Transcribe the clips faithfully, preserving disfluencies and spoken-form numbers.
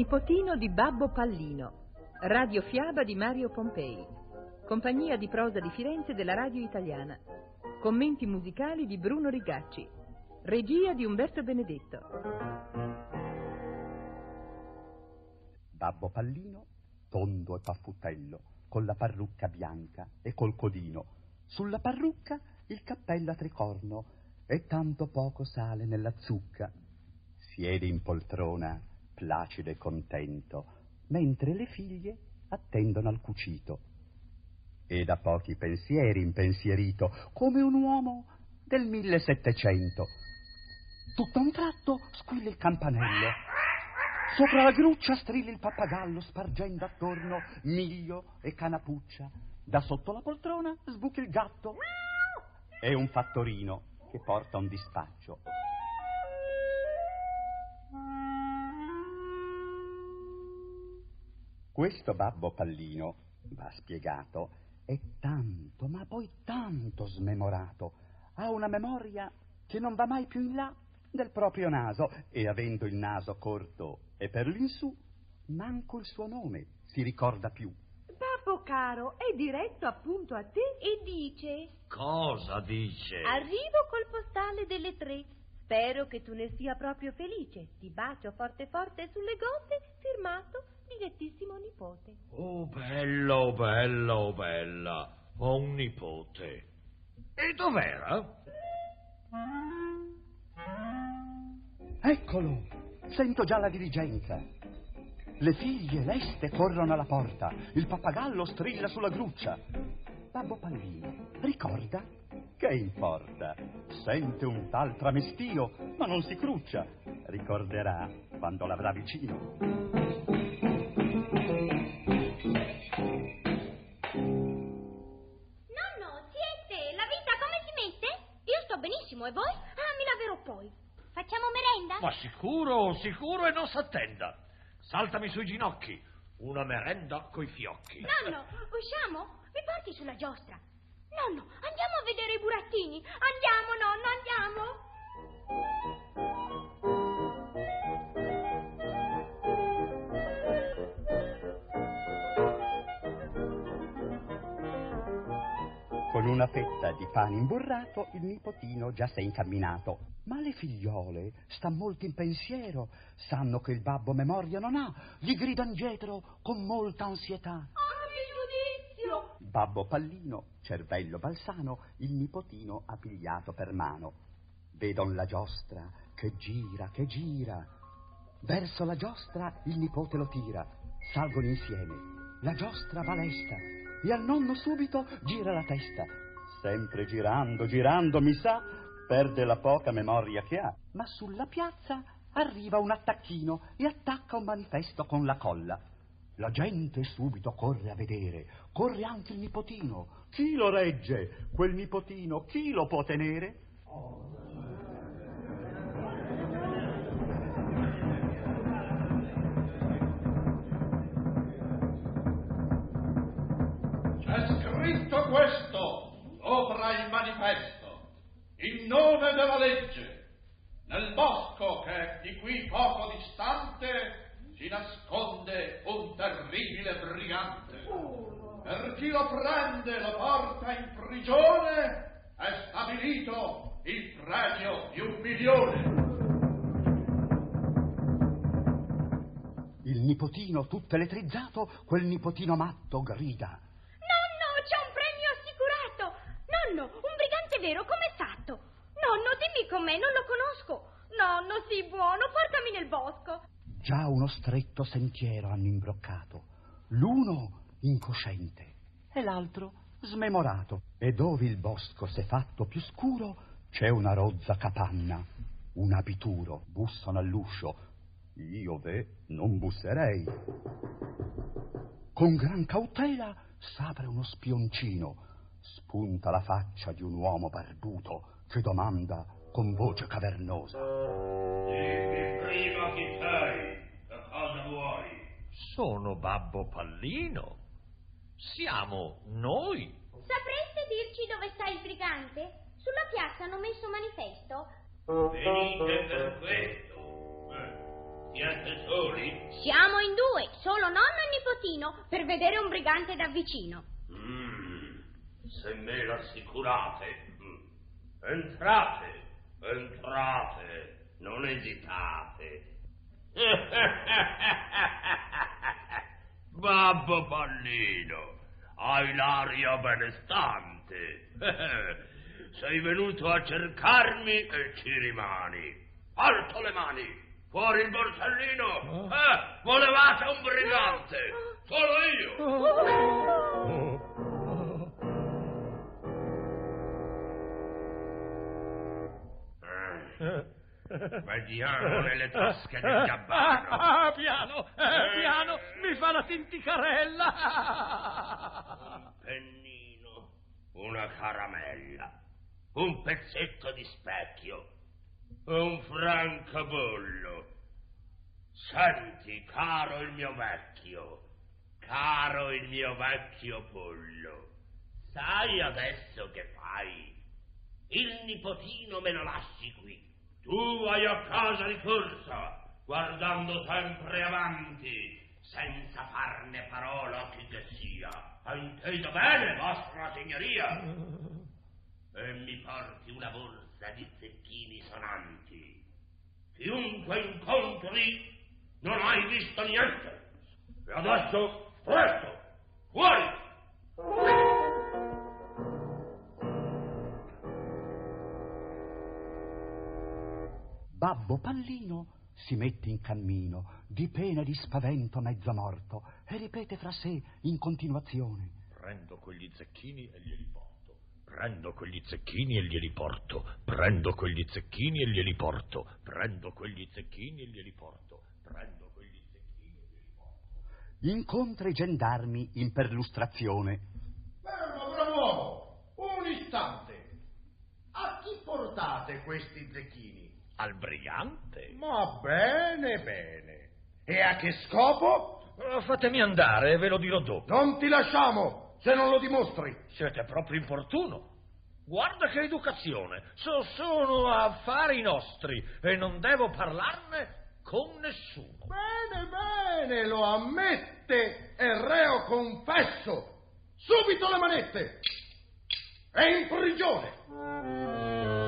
nipotino di Babbo Pallino, radiofiaba di Mario Pompei, compagnia di prosa di Firenze della Radio Italiana, commenti musicali di Bruno Rigacci, regia di Umberto Benedetto. Babbo Pallino, tondo e paffuttello, con la parrucca bianca e col codino, sulla parrucca il cappello a tricorno e tanto poco sale nella zucca. Siede in poltrona, placido e contento, mentre le figlie attendono al cucito. E da pochi pensieri impensierito, come un uomo del millesettecento. Tutto a un tratto squilla il campanello. Sopra la gruccia strilla il pappagallo, spargendo attorno miglio e canapuccia. Da sotto la poltrona sbuca il gatto. È un fattorino che porta un dispaccio. Questo Babbo Pallino, va spiegato, è tanto, ma poi tanto smemorato. Ha una memoria che non va mai più in là del proprio naso, e avendo il naso corto e per l'insù, manco il suo nome si ricorda più. Babbo caro, è diretto appunto a te e dice... Cosa dice? Arrivo col postale delle tre. Spero che tu ne sia proprio felice. Ti bacio forte forte sulle gote, firmato dilettissimo nipote. Oh, bella, oh, bella, oh, bella. Ho un nipote. E dov'era? Eccolo! Sento già la diligenza. Le figlie leste corrono alla porta. Il pappagallo strilla sulla gruccia. Babbo Pallino ricorda? Che importa? Sente un tal tramestio, ma non si cruccia. Ricorderà quando l'avrà vicino. E voi? Ah, mi laverò poi. Facciamo merenda? Ma sicuro, sicuro, e non s'attenda. Saltami sui ginocchi. Una merenda coi fiocchi. Nonno, usciamo? Mi porti sulla giostra? Nonno, andiamo a vedere i burattini. Andiamo, nonno, andiamo. Con una fetta di pane imburrato il nipotino già s'è incamminato. Ma le figliole stan molto in pensiero, sanno che il babbo memoria non ha, gli gridan dietro con molta ansietà. Abbi giudizio! Babbo Pallino, cervello balsano, il nipotino ha pigliato per mano. Vedon la giostra che gira, che gira. Verso la giostra il nipote lo tira. Salgono insieme. La giostra va lesta e al nonno subito gira la testa. Sempre girando, girando, mi sa, perde la poca memoria che ha. Ma sulla piazza arriva un attacchino e attacca un manifesto con la colla. La gente subito corre a vedere, corre anche il nipotino. Chi lo regge? Quel nipotino, chi lo può tenere? Scritto questo sopra il manifesto, in nome della legge, nel bosco che è di qui poco distante si nasconde un terribile brigante. Per chi lo prende e lo porta in prigione è stabilito il premio di un milione. Il nipotino, tutto elettrizzato, quel nipotino matto grida: Nonno, un brigante vero, com'è fatto? Nonno, dimmi com'è, non lo conosco. Nonno, sii buono, portami nel bosco. Già uno stretto sentiero hanno imbroccato. L'uno incosciente e l'altro smemorato. E dove il bosco s'è fatto più scuro c'è una rozza capanna, un abituro. Bussano all'uscio. Io, ve, non busserei. Con gran cautela s'apre uno spioncino. Spunta la faccia di un uomo barbuto che domanda con voce cavernosa: Dimmi prima chi sei e cosa vuoi. Sono Babbo Pallino. Siamo noi. Sapreste dirci dove sta il brigante? Sulla piazza hanno messo manifesto. Venite per questo. Eh. Siete soli? Siamo in due, solo nonno e nipotino, per vedere un brigante da vicino. Mm, se me l'assicurate. Entrate, entrate, non esitate. Babbo Pallino, hai l'aria benestante. Sei venuto a cercarmi e ci rimani. Alto le mani, fuori il borsellino. Eh, volevate un brigante, solo io. Vediamo nelle tasche del gabbano. Ah, ah, piano, eh, piano, mi fa la tinticarella. Un pennino, una caramella, un pezzetto di specchio, un francobollo. Senti, caro il mio vecchio, caro il mio vecchio pollo, sai adesso che fai? Il nipotino me lo lasci qui. Tu vai a casa di corsa, guardando sempre avanti, senza farne parola chi che sia. Ha inteso bene, vostra signoria? E mi porti una borsa di zecchini sonanti. Chiunque incontri, non hai visto niente. E adesso, presto, fuori! Babbo Pallino si mette in cammino, di pena e di spavento mezzo morto, e ripete fra sé in continuazione: prendo quegli zecchini e glieli porto, prendo quegli zecchini e glieli porto, prendo quegli zecchini e glieli porto, prendo quegli zecchini e glieli porto, prendo quegli zecchini e glieli porto. Incontra i gendarmi in perlustrazione. Fermo, brav'uomo, un istante. A chi portate questi zecchini? Al brigante? Ma bene, bene. E a che scopo? Uh, fatemi andare, ve lo dirò dopo. Non ti lasciamo, se non lo dimostri. Siete proprio importuno. Guarda che educazione. So, sono affari nostri e non devo parlarne con nessuno. Bene, bene, lo ammette, è reo confesso. Subito le manette. È in prigione.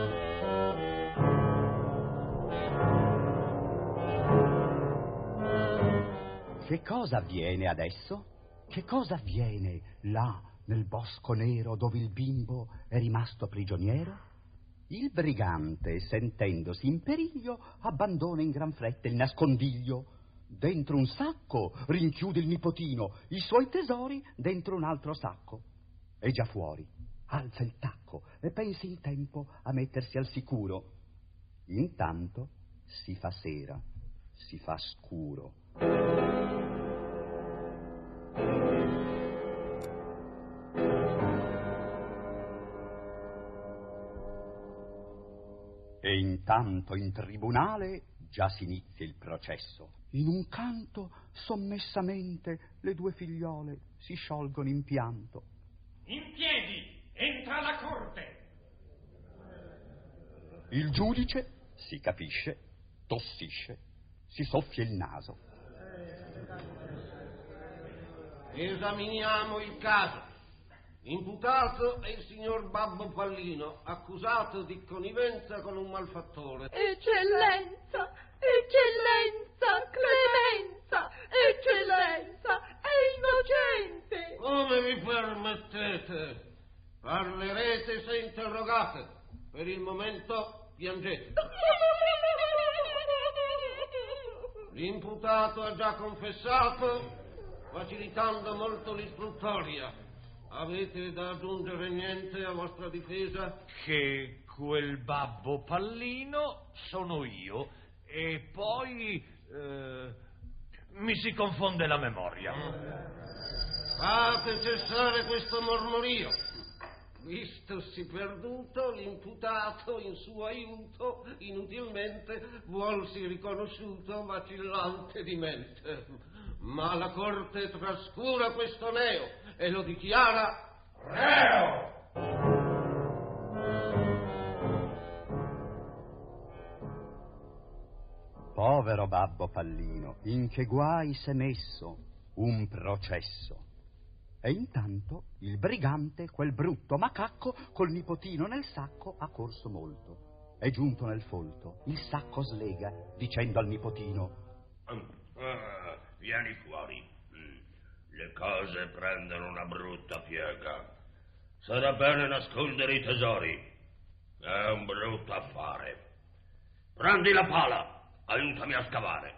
Che cosa avviene adesso? Che cosa avviene là nel bosco nero dove il bimbo è rimasto prigioniero? Il brigante, sentendosi in periglio, abbandona in gran fretta il nascondiglio. Dentro un sacco rinchiude il nipotino, i suoi tesori dentro un altro sacco. È già fuori, alza il tacco e pensa in tempo a mettersi al sicuro. Intanto si fa sera, si fa scuro. E intanto in tribunale già si inizia il processo. In un canto, sommessamente, le due figliole si sciolgono in pianto. In piedi, entra la corte. Il giudice, si capisce, tossisce, si soffia il naso. Esaminiamo il caso. Imputato è il signor Babbo Pallino, accusato di connivenza con un malfattore. Eccellenza, eccellenza, clemenza, eccellenza, è innocente. Come vi permettete? Parlerete se interrogate. Per il momento piangete. L'imputato ha già confessato, facilitando molto l'istruttoria. Avete da aggiungere niente a vostra difesa? Che quel Babbo Pallino sono io e poi eh, mi si confonde la memoria. Fate cessare questo mormorio. Vistosi perduto, l'imputato in suo aiuto inutilmente vuolsi riconosciuto vacillante di mente. Ma la corte trascura questo neo e lo dichiara reo. Povero Babbo Pallino, in che guai s'è messo, un processo. E intanto il brigante, quel brutto macacco, col nipotino nel sacco ha corso molto. È giunto nel folto, il sacco slega, dicendo al nipotino: ah, vieni fuori. Le cose prendono una brutta piega. Sarà bene nascondere i tesori. È un brutto affare. Prendi la pala, aiutami a scavare.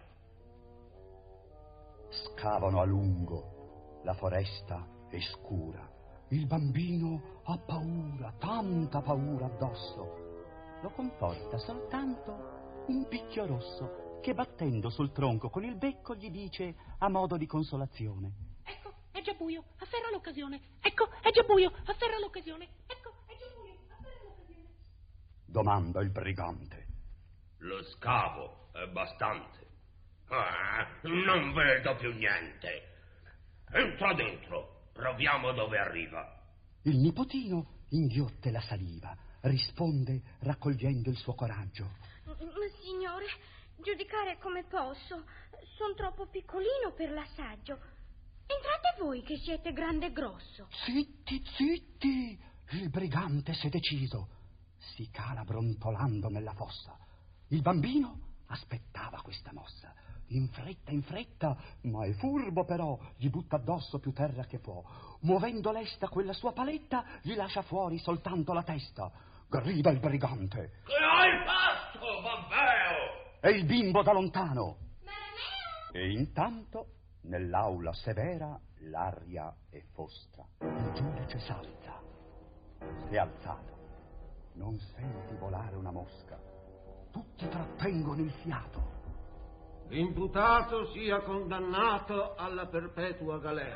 Scavano a lungo, la foresta è scura. Il bambino ha paura, tanta paura addosso. Lo conforta soltanto un picchio rosso che, battendo sul tronco con il becco, gli dice a modo di consolazione: ecco, è già buio, afferra l'occasione. Ecco, è già buio, afferra l'occasione. Ecco, è già buio, afferra l'occasione. Domanda il brigante. Lo scavo è bastante. Ah, non vedo più niente. Entra dentro, proviamo dove arriva. Il nipotino inghiotte la saliva, risponde raccogliendo il suo coraggio: Ma signore, giudicare come posso. Sono troppo piccolino per l'assaggio. Entrate voi che siete grande e grosso. Zitti, zitti! Il brigante s'è deciso. Si cala brontolando nella fossa. Il bambino aspettava questa mossa. In fretta, in fretta, ma è furbo però, gli butta addosso più terra che può. Muovendo lesta quella sua paletta, gli lascia fuori soltanto la testa. Grida il brigante: che hai fatto, babbeo? E il bimbo da lontano. E intanto, nell'aula severa, l'aria è fosca. Il giudice s'alza. Si è alzato. Non senti volare una mosca. Tutti trattengono il fiato. L'imputato sia condannato alla perpetua galera.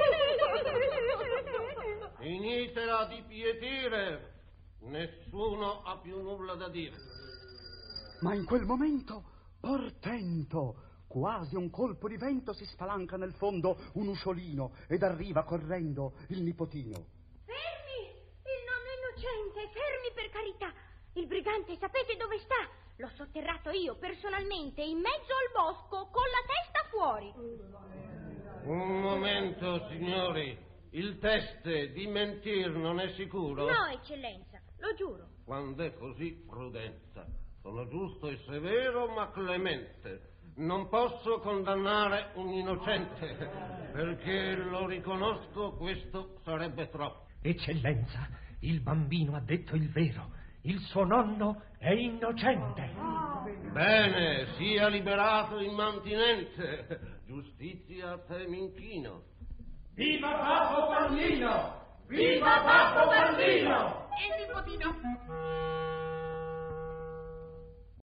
Finitela di pietire. Nessuno ha più nulla da dire. Ma in quel momento, portento, quasi un colpo di vento, si spalanca nel fondo un usciolino ed arriva correndo il nipotino. Fermi! Il nonno innocente, fermi per carità! Il brigante sapete dove sta? L'ho sotterrato io personalmente in mezzo al bosco con la testa fuori. Un momento, signori. Il teste di mentir non è sicuro? No, eccellenza, lo giuro. Quando è così, prudenza. Sono giusto e severo, ma clemente. Non posso condannare un innocente, perché lo riconosco, questo sarebbe troppo. Eccellenza, il bambino ha detto il vero. Il suo nonno è innocente. Bene, sia liberato immantinente. Giustizia a te m'inchino. Viva Babbo Pallino! Viva Babbo Pallino!